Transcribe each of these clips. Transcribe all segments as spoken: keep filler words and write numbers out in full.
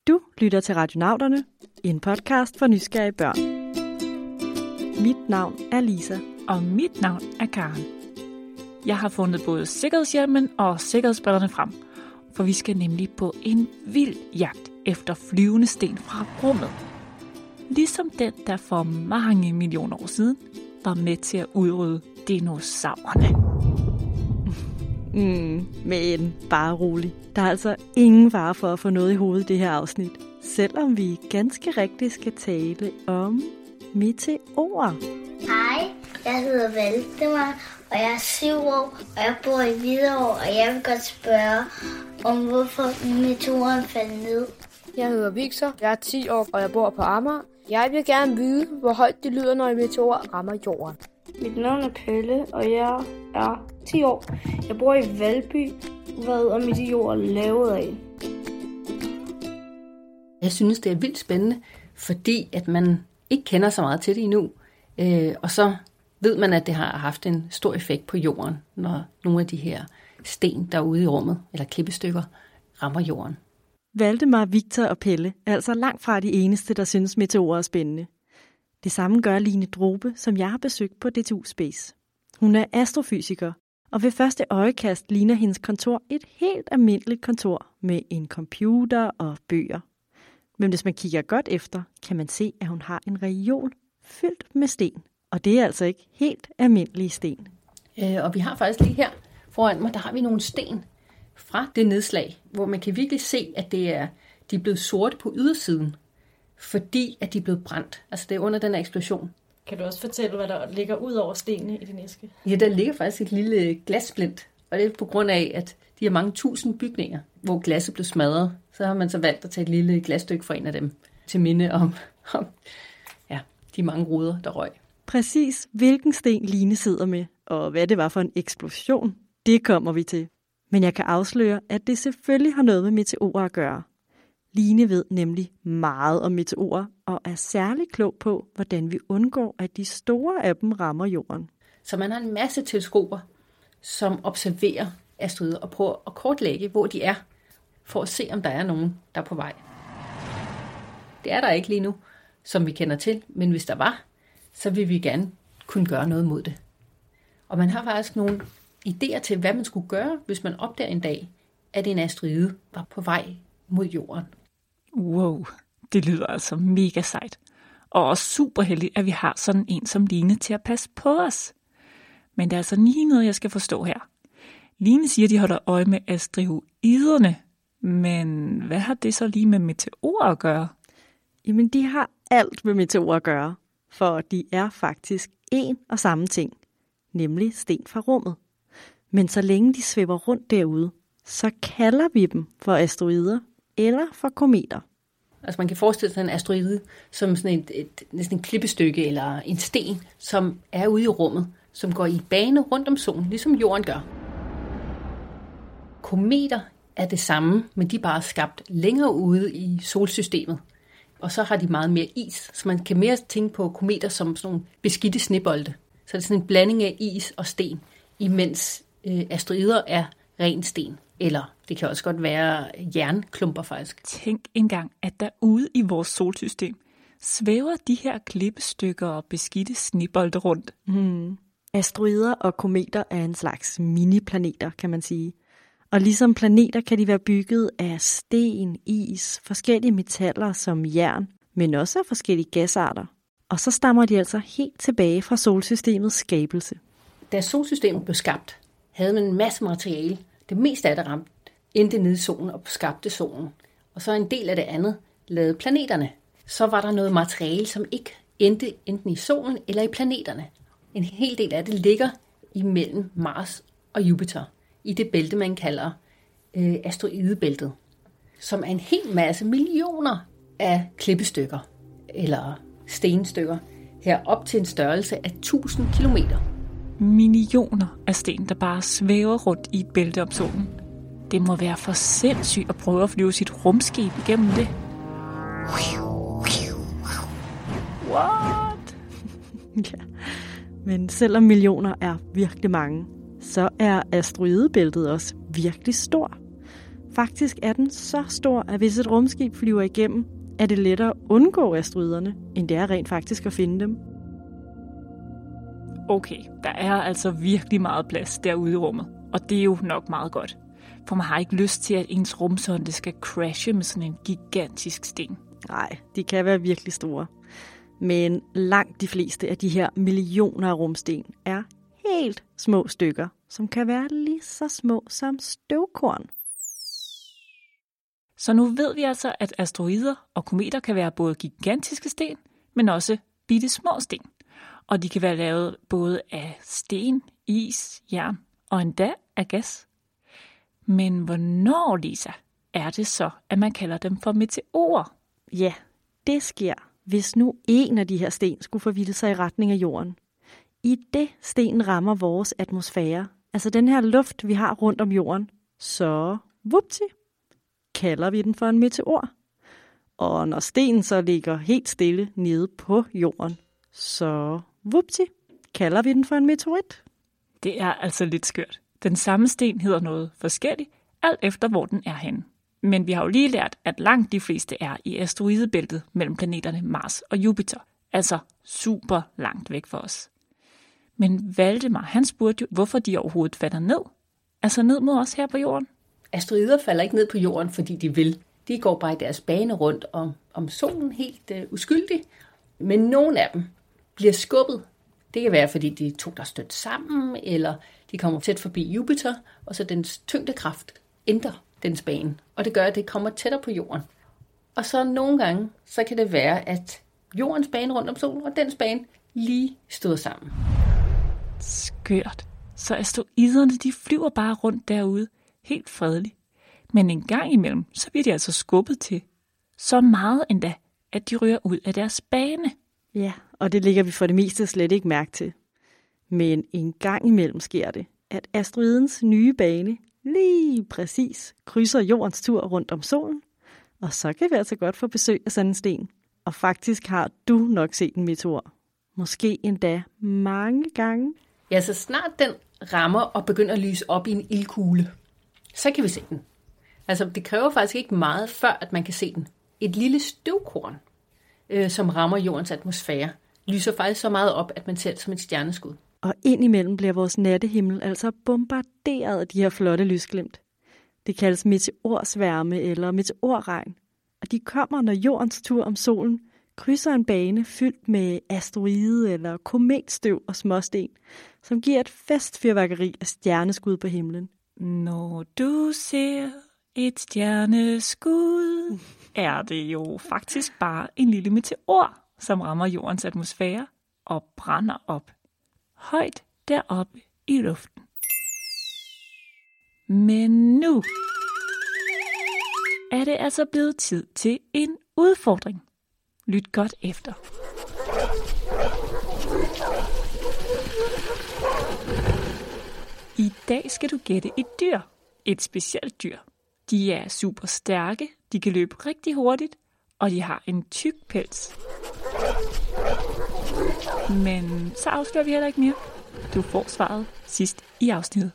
Du lytter til Radionauterne, en podcast for nysgerrige børn. Mit navn er Lisa. Og mit navn er Karen. Jeg har fundet både sikkerhedshjelmen og sikkerhedsbrillerne frem, for vi skal nemlig på en vild jagt efter flyvende sten fra rummet. Ligesom den, der for mange millioner år siden var med til at udrydde dinosaurerne. Mm, men bare rolig. Der er altså ingen fare for at få noget i hovedet i det her afsnit, selvom vi ganske rigtigt skal tale om meteorer. Hej, jeg hedder Valdemar, og jeg er syv år, og jeg bor i Hvidovre, og jeg vil godt spørge om, hvorfor meteoren faldt ned. Jeg hedder Victor, jeg er ti år, og jeg bor på Amager. Jeg vil gerne vide, hvor højt det lyder, når en meteor rammer jorden. Mit navn er Pelle, og jeg er ti år. Jeg bor i Valby. Hvad er meteorer lavet af? Jeg synes, det er vildt spændende, fordi at man ikke kender så meget til det endnu. Øh, og så ved man, at det har haft en stor effekt på jorden, når nogle af de her sten, der er ude i rummet, eller klippestykker, rammer jorden. Valdemar, Victor og Pelle er altså langt fra de eneste, der synes meteorer er spændende. Det samme gør Line Drobe, som jeg har besøgt på D T U Space. Hun er astrofysiker, og ved første øjekast ligner hendes kontor et helt almindeligt kontor med en computer og bøger. Men hvis man kigger godt efter, kan man se, at hun har en reol fyldt med sten. Og det er altså ikke helt almindelige sten. Øh, og vi har faktisk lige her foran mig, der har vi nogle sten fra det nedslag, hvor man kan virkelig se, at det er, de er blevet sorte på ydersiden, fordi at de er blevet brændt. Altså det er under den her eksplosion. Kan du også fortælle, hvad der ligger ud over stenene i din æske? Ja, der ligger faktisk et lille glassplint, og det er på grund af, at de har mange tusind bygninger, hvor glasset blev smadret. Så har man så valgt at tage et lille glasstykke fra en af dem til minde om, om ja, de mange ruder, der røg. Præcis hvilken sten Line sidder med, og hvad det var for en eksplosion, det kommer vi til. Men jeg kan afsløre, at det selvfølgelig har noget med meteorer at gøre. Line ved nemlig meget om meteorer, og er særlig klog på, hvordan vi undgår, at de store af dem rammer jorden. Så man har en masse teleskoper, som observerer asteroider og prøver at kortlægge, hvor de er, for at se, om der er nogen, der er på vej. Det er der ikke lige nu, som vi kender til, men hvis der var, så vil vi gerne kunne gøre noget mod det. Og man har faktisk nogle idéer til, hvad man skulle gøre, hvis man opdager en dag, at en asteroide var på vej mod jorden. Wow, det lyder altså mega sejt. Og også super heldigt, at vi har sådan en som Line til at passe på os. Men det er altså lige noget, jeg skal forstå her. Line siger, at de holder øje med asteroiderne. Men hvad har det så lige med meteorer at gøre? Jamen, de har alt med meteorer at gøre. For de er faktisk én og samme ting. Nemlig sten fra rummet. Men så længe de svæver rundt derude, så kalder vi dem for asteroider eller for kometer. Altså man kan forestille sig en asteroide som sådan et, et næsten et klippestykke eller en sten, som er ude i rummet, som går i bane rundt om solen, ligesom jorden gør. Kometer er det samme, men de er bare skabt længere ude i solsystemet. Og så har de meget mere is, så man kan mere tænke på kometer som sådan nogle beskidte snebolde. Så det er sådan en blanding af is og sten, imens øh, asteroider er ren sten. Eller det kan også godt være jernklumper faktisk. Tænk engang, at der ude i vores solsystem svæver de her klippestykker og beskidte snebolde rundt. Hmm. Asteroider og kometer er en slags mini-planeter, kan man sige. Og ligesom planeter kan de være bygget af sten, is, forskellige metaller som jern, men også af forskellige gasarter. Og så stammer de altså helt tilbage fra solsystemets skabelse. Da solsystemet blev skabt, havde man en masse materiale. Det meste af det ramte endte nede i solen og skabte solen. Og så en del af det andet lavede planeterne. Så var der noget materiale, som ikke endte enten i solen eller i planeterne. En hel del af det ligger imellem Mars og Jupiter, i det bælte, man kalder øh, asteroidebæltet, som er en hel masse millioner af klippestykker, eller stenstykker, her op til en størrelse af tusind kilometer. Millioner af sten, der bare svæver rundt i et bælte om solen. Det må være for sindssygt at prøve at flyve sit rumskib igennem det. What? Ja, men selvom millioner er virkelig mange, så er asteroidebæltet også virkelig stor. Faktisk er den så stor, at hvis et rumskib flyver igennem, er det lettere at undgå asteroiderne, end det er rent faktisk at finde dem. Okay, der er altså virkelig meget plads derude i rummet, og det er jo nok meget godt. For man har ikke lyst til, at ens rumsonde skal crashe med sådan en gigantisk sten. Nej, de kan være virkelig store. Men langt de fleste af de her millioner af rumsten er helt små stykker, som kan være lige så små som støvkorn. Så nu ved vi altså, at asteroider og kometer kan være både gigantiske sten, men også bitte små sten. Og de kan være lavet både af sten, is, jern og endda af gas. Men hvornår, Lisa, er det så, at man kalder dem for meteorer? Ja, det sker, hvis nu en af de her sten skulle forvilde sig i retning af jorden. I det stenen rammer vores atmosfære, altså den her luft, vi har rundt om jorden, så vupti, kalder vi den for en meteor. Og når stenen så ligger helt stille nede på jorden, så vupti, kalder vi den for en meteorit. Det er altså lidt skørt. Den samme sten hedder noget forskelligt, alt efter hvor den er henne. Men vi har jo lige lært, at langt de fleste er i asteroidebæltet mellem planeterne Mars og Jupiter. Altså super langt væk for os. Men Valdemar, han spurgte jo, hvorfor de overhovedet falder ned. Altså ned mod os her på jorden. Asteroider falder ikke ned på jorden, fordi de vil. De går bare i deres bane rundt om, om solen helt uh, uskyldigt. Men nogle af dem bliver skubbet. Det kan være, fordi de to, der er stødt sammen, eller de kommer tæt forbi Jupiter, og så dens tyngdekraft ændrer dens bane. Og det gør, at det kommer tættere på jorden. Og så nogle gange, så kan det være, at jordens bane rundt om solen og dens bane lige støder sammen. Skørt. Så asteroiderne, de flyver bare rundt derude, helt fredeligt. Men en gang imellem, så bliver de altså skubbet til. Så meget endda, at de ryger ud af deres bane. Ja, og det ligger vi for det meste slet ikke mærke til. Men en gang imellem sker det, at asteroidens nye bane lige præcis krydser jordens tur rundt om solen. Og så kan vi altså godt få besøg af sådan en sten. Og faktisk har du nok set en meteor. Måske endda mange gange. Ja, så snart den rammer og begynder at lyse op i en ildkugle, så kan vi se den. Altså, det kræver faktisk ikke meget, før at man kan se den. Et lille støvkorn, øh, som rammer jordens atmosfære, lyser faktisk så meget op, at man ser det som et stjerneskud. Og indimellem bliver vores nattehimmel altså bombarderet af de her flotte lysglimt. Det kaldes meteorsværme eller meteorregn. Og de kommer, når jordens tur om solen krydser en bane fyldt med asteroide eller kometstøv og småsten, som giver et festfyrværkeri af stjerneskud på himlen. Når du ser et stjerneskud, er det jo faktisk bare en lille meteor, som rammer jordens atmosfære og brænder op. Højt deroppe i luften. Men nu er det altså blevet tid til en udfordring. Lyt godt efter. I dag skal du gætte et dyr. Et specielt dyr. De er super stærke, de kan løbe rigtig hurtigt, og de har en tyk pels. Men så afslører vi heller ikke mere. Du får svaret sidst i afsnittet.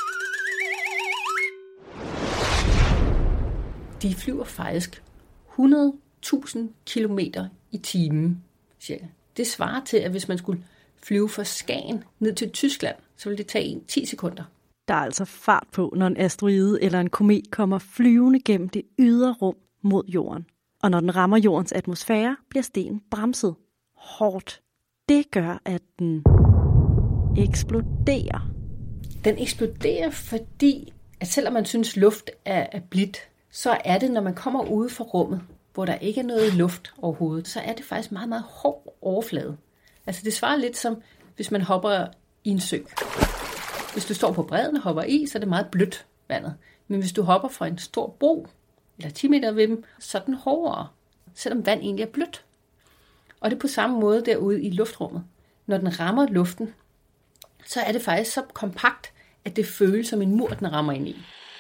De flyver faktisk hundrede tusind kilometer i timen, cirka. Det svarer til, at hvis man skulle flyve fra Skagen ned til Tyskland, så ville det tage ti sekunder. Der er altså fart på, når en asteroide eller en komet kommer flyvende gennem det ydre rum mod jorden. Og når den rammer jordens atmosfære, bliver stenen bremset hårdt. Det gør, at den eksploderer. Den eksploderer, fordi at selvom man synes, luft er, er blidt, så er det, når man kommer ude fra rummet, hvor der ikke er noget luft overhovedet, så er det faktisk meget, meget hård overflade. Altså det svarer lidt som, hvis man hopper i en sø. Hvis du står på bredden og hopper i, så er det meget blødt vandet. Men hvis du hopper fra en stor bro, eller ti meter ved dem, så er den hårdere, selvom vand egentlig er blødt. Og det er på samme måde derude i luftrummet. Når den rammer luften, så er det faktisk så kompakt, at det føles som en mur, den rammer ind i.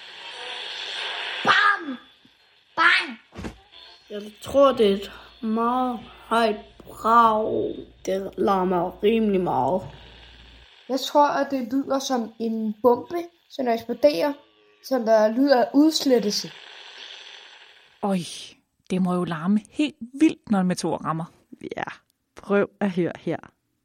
Bam! Bang! Jeg tror, det er et meget højt brag. Det larmer rimelig meget. Jeg tror, at det lyder som en bombe, som når eksploderer, Så der lyder af udslettelse. Øj, det må jo larme helt vildt, når en meteor rammer. Ja, prøv at høre her.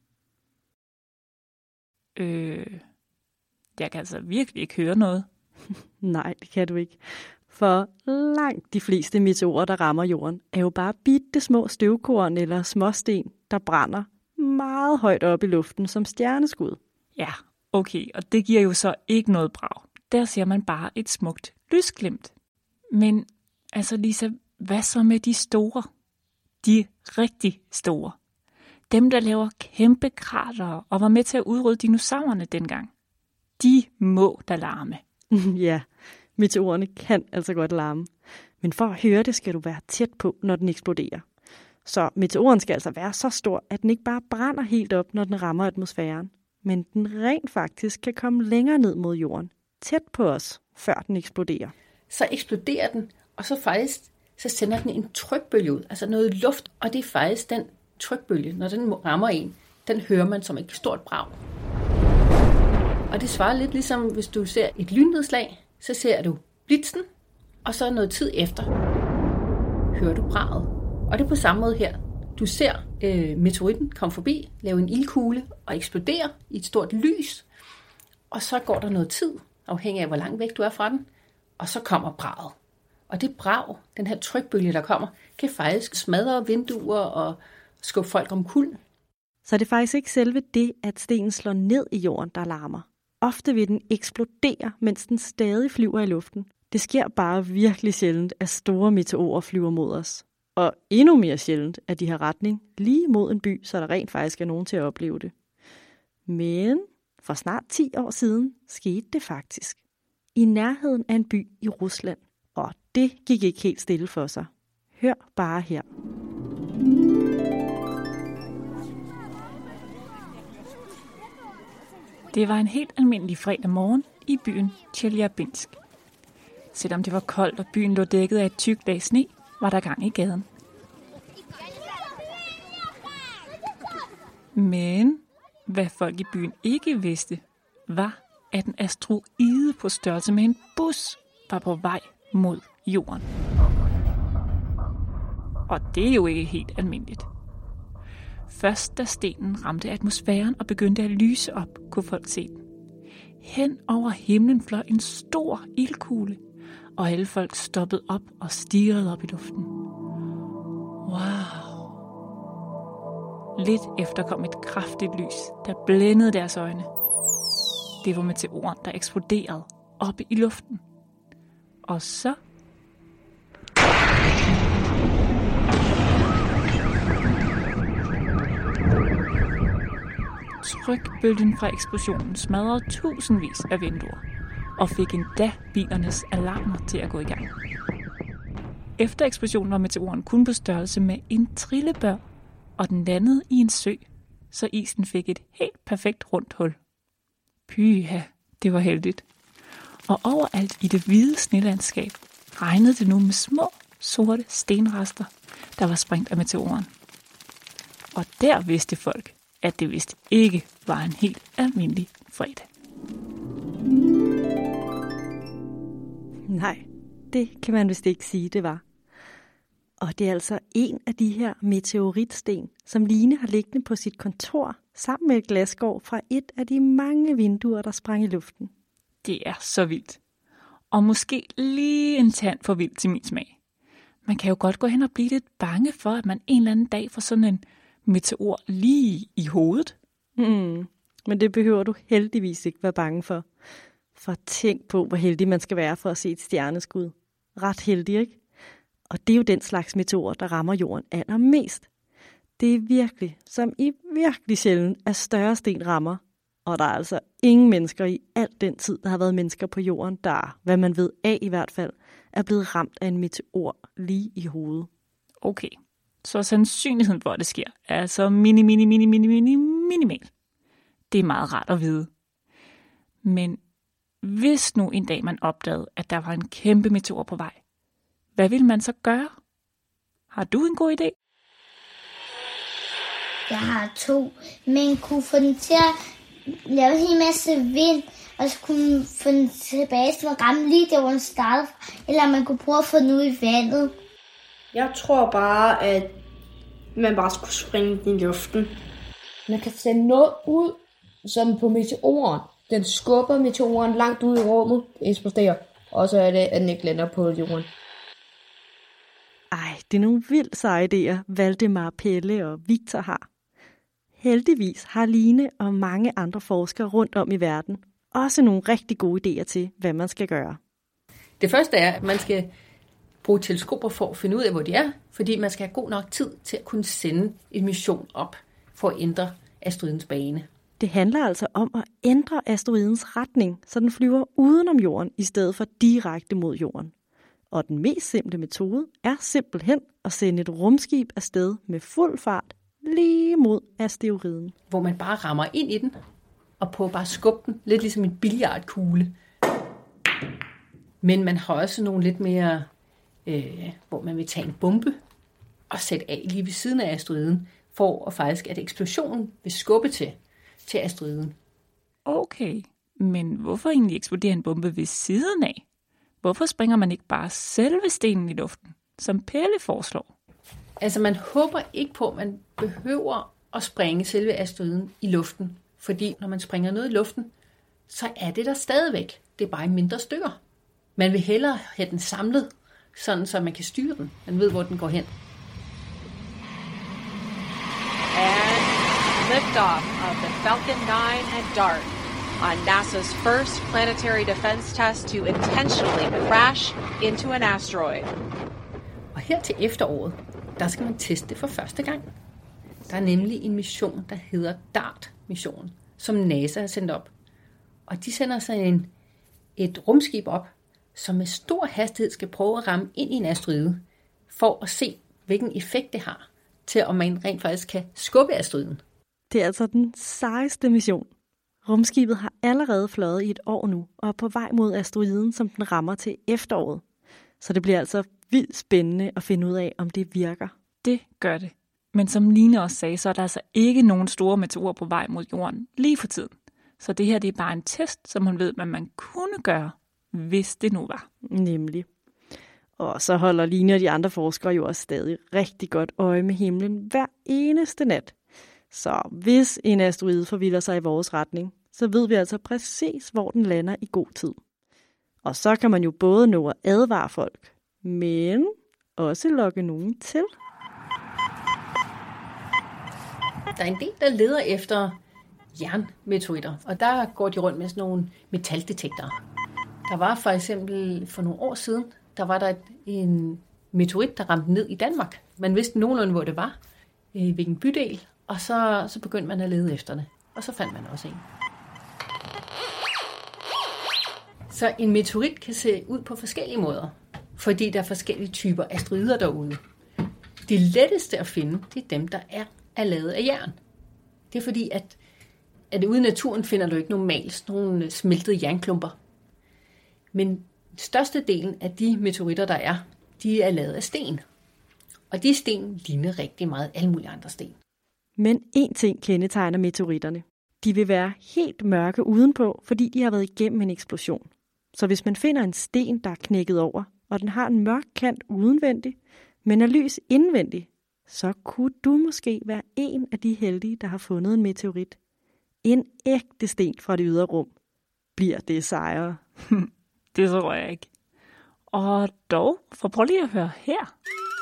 Øh, jeg kan altså virkelig ikke høre noget. Nej, det kan du ikke. For langt de fleste meteorer, der rammer jorden, er jo bare bitte små støvkorn eller småsten, der brænder meget højt op i luften som stjerneskud. Ja, okay, og det giver jo så ikke noget brag. Der ser man bare et smukt lysglimt. Men altså Lisa, hvad så med de store? De rigtig store. Dem, der laver kæmpe kratere og var med til at udrydde dinosaurerne dengang. De må da larme. Ja, meteorerne kan altså godt larme. Men for at høre det, skal du være tæt på, når den eksploderer. Så meteoren skal altså være så stor, at den ikke bare brænder helt op, når den rammer atmosfæren. Men den rent faktisk kan komme længere ned mod jorden. Tæt på os, før den eksploderer. Så eksploderer den, og så faktisk så sender den en trykbølge ud. Altså noget luft, og det er faktisk den trykbølge, når den rammer en, den hører man som et stort brag. Og det svarer lidt ligesom, hvis du ser et lynnedslag, så ser du blitzen, og så noget tid efter hører du braget. Og det er på samme måde her. Du ser øh, meteoritten komme forbi, lave en ildkugle og eksplodere i et stort lys, og så går der noget tid, afhængig af hvor langt væk du er fra den, og så kommer braget. Og det brag, den her trykbølge, der kommer, kan faktisk smadre vinduer og skubbe folk omkuld. Så det er faktisk ikke selve det, at stenen slår ned i jorden, der larmer. Ofte vil den eksplodere, mens den stadig flyver i luften. Det sker bare virkelig sjældent, at store meteorer flyver mod os. Og endnu mere sjældent, at de har retning lige mod en by, så der rent faktisk er nogen til at opleve det. Men for snart ti år siden skete det faktisk. I nærheden af en by i Rusland. Og det gik ikke helt stille for sig. Hør bare her. Det var en helt almindelig fredag morgen i byen Tjeljabinsk. Selvom det var koldt og byen lå dækket af et tykt lag sne, var der gang i gaden. Men hvad folk i byen ikke vidste, var, at en asteroide på størrelse med en bus var på vej mod jorden. Og det er jo ikke helt almindeligt. Først da stenen ramte atmosfæren og begyndte at lyse op, kunne folk se den. Hen over himlen fløj en stor ildkugle, og alle folk stoppede op og stirrede op i luften. Wow! Lidt efter kom et kraftigt lys, der blændede deres øjne. Det var meteoren, der eksploderede oppe i luften. Og så... Trykbølgen fra eksplosionen smadrede tusindvis af vinduer og fik endda bilernes alarmer til at gå i gang. Efter eksplosionen var meteoren kun på størrelse med en trillebør, og den landede i en sø, så isen fik et helt perfekt rundt hul. Pyha, det var heldigt. Og overalt i det hvide snelandskab regnede det nu med små, sorte stenrester, der var sprængt af meteoren. Og der vidste folk, at det vist ikke var en helt almindelig fredag. Nej, det kan man vist ikke sige, det var. Og det er altså en af de her meteoritsten, som Line har liggende på sit kontor, sammen med et glasskår fra et af de mange vinduer, der sprang i luften. Det er så vildt. Og måske lige en tand for vildt til min smag. Man kan jo godt gå hen og blive lidt bange for, at man en eller anden dag får sådan en meteor lige i hovedet. Mm, men det behøver du heldigvis ikke være bange for. For tænk på, hvor heldig man skal være for at se et stjerneskud. Ret heldig, ikke? Og det er jo den slags meteor, der rammer jorden allermest. Det er virkelig, som i virkelig sjældent, at større sten rammer. Og der er altså ingen mennesker i al den tid, der har været mennesker på jorden, der, hvad man ved af i hvert fald, er blevet ramt af en meteor lige i hovedet. Okay, så sandsynligheden for, at det sker, er altså mini, mini, mini, mini, mini, minimal. Det er meget rart at vide. Men hvis nu en dag man opdagede, at der var en kæmpe meteor på vej, hvad vil man så gøre? Har du en god idé? Jeg har to, men kunne få den til at lave en hel masse vind, og så kunne man få den tilbage til rammen lige der, hvor den startede fra, eller man kunne prøve at få den ud i vandet. Jeg tror bare, at man bare skulle springe den i luften. Man kan sende noget ud, som på meteoren. Den skubber meteoren langt ud i rummet, det eksploderer, og så er det, at den ikke lander på jorden. Ej, det er nogle vildt seje idéer, Valdemar, Pelle og Victor har. Heldigvis har Line og mange andre forskere rundt om i verden også nogle rigtig gode idéer til, hvad man skal gøre. Det første er, at man skal bruge teleskoper for at finde ud af, hvor de er, fordi man skal have god nok tid til at kunne sende en mission op for at ændre asteroidens bane. Det handler altså om at ændre asteroidens retning, så den flyver udenom jorden i stedet for direkte mod jorden. Og den mest simple metode er simpelthen at sende et rumskib afsted med fuld fart lige mod asteroiden. Hvor man bare rammer ind i den og prøver bare at skubbe den, lidt ligesom en billiardkugle. Men man har også nogle lidt mere, øh, hvor man vil tage en bombe og sætte af lige ved siden af asteroiden, for at faktisk, at eksplosionen vil skubbe til, til asteroiden. Okay, men hvorfor egentlig eksplodere en bombe ved siden af? Hvorfor springer man ikke bare selve stenen i luften, som Pelle foreslår? Altså, man håber ikke på, at man behøver at springe selve asteroiden i luften. Fordi når man springer noget i luften, så er det der stadigvæk. Det er bare i mindre stykker. Man vil hellere have den samlet, sådan så man kan styre den. Man ved, hvor den går hen. And liftoff of the Falcon nine at DART on NASA's first planetary defense test to intentionally crash into an asteroid. Og her til efteråret, der skal man teste det for første gang. Der er nemlig en mission, der hedder DART-missionen, som NASA har sendt op. Og de sender sig en, et rumskib op, som med stor hastighed skal prøve at ramme ind i en asteroide, for at se, hvilken effekt det har, til om man rent faktisk kan skubbe asteroiden. Det er altså den sejeste mission. Rumskibet har allerede fløjet i et år nu, og er på vej mod asteroiden, som den rammer til efteråret. Så det bliver altså vildt spændende at finde ud af, om det virker. Det gør det. Men som Line også sagde, så er der altså ikke nogen store meteorer på vej mod jorden lige for tiden. Så det her det er bare en test, som man ved, hvad man kunne gøre, hvis det nu var. Nemlig. Og så holder Line og de andre forskere jo også stadig rigtig godt øje med himlen hver eneste nat. Så hvis en asteroide forvilder sig i vores retning, så ved vi altså præcis, hvor den lander i god tid. Og så kan man jo både nå at advare folk, men også lokke nogen til. Der er en del, der leder efter jernmeteoritter, og der går de rundt med sådan nogle metaldetektorer. Der var for eksempel for nogle år siden, der var der en meteorit, der ramte ned i Danmark. Man vidste nogenlunde, hvor det var, i hvilken bydel, og så, så begyndte man at lede efter det. Og så fandt man også en. Så en meteorit kan se ud på forskellige måder, fordi der er forskellige typer asteroider derude. De letteste at finde, det er dem, der er, er lavet af jern. Det er fordi, at, at ude i naturen finder du ikke normalt nogle smeltede jernklumper. Men størstedelen af de meteoritter, der er, de er lavet af sten. Og de sten ligner rigtig meget alle mulige andre sten. Men én ting kendetegner meteoritterne. De vil være helt mørke udenpå, fordi de har været igennem en eksplosion. Så hvis man finder en sten, der er knækket over, og den har en mørk kant udenvendig, men er lys indvendig, så kunne du måske være en af de heldige, der har fundet en meteorit. En ægte sten fra det ydre rum. Bliver det sejre? Det tror jeg ikke. Og dog, for prøv lige at høre her.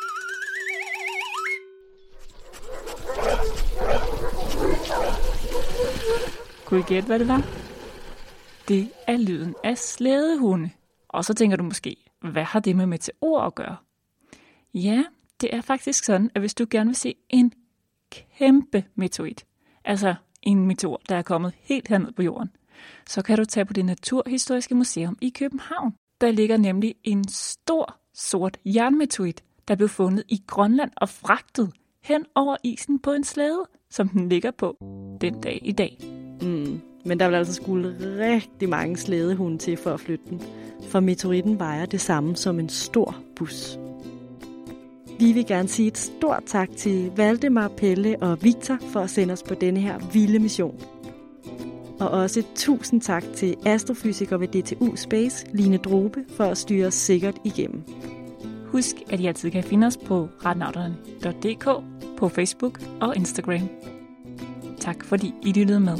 Kunne I gætte, hvad det var? Det er lyden af slædehunde. Og så tænker du måske, hvad har det med meteorer at gøre? Ja, det er faktisk sådan, at hvis du gerne vil se en kæmpe meteorit, altså en meteor, der er kommet helt herned på jorden, så kan du tage på det Naturhistoriske Museum i København. Der ligger nemlig en stor sort jernmeteorit, der blev fundet i Grønland og fragtet hen over isen på en slæde, som den ligger på den dag i dag. Mm, men der vil altså skulle rigtig mange slædehunde til for at flytte den, for meteoritten vejer det samme som en stor bus. Vi vil gerne sige et stort tak til Valdemar, Pelle og Victor for at sende os på denne her vilde mission. Og også tusind tak til astrofysiker ved D T U Space, Line Drobe, for at styre os sikkert igennem. Husk, at I altid kan finde os på radionauterne punktum d k, på Facebook og Instagram. Tak fordi I lyttede med.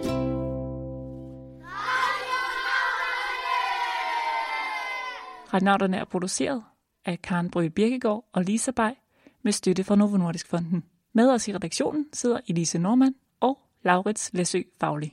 Radionauterne er produceret af Karen Brøgge Birkegaard og Lisa Bay med støtte fra Novo Nordisk Fonden. Med os i redaktionen sidder Elise Normann og Laurits Læsø Fagli.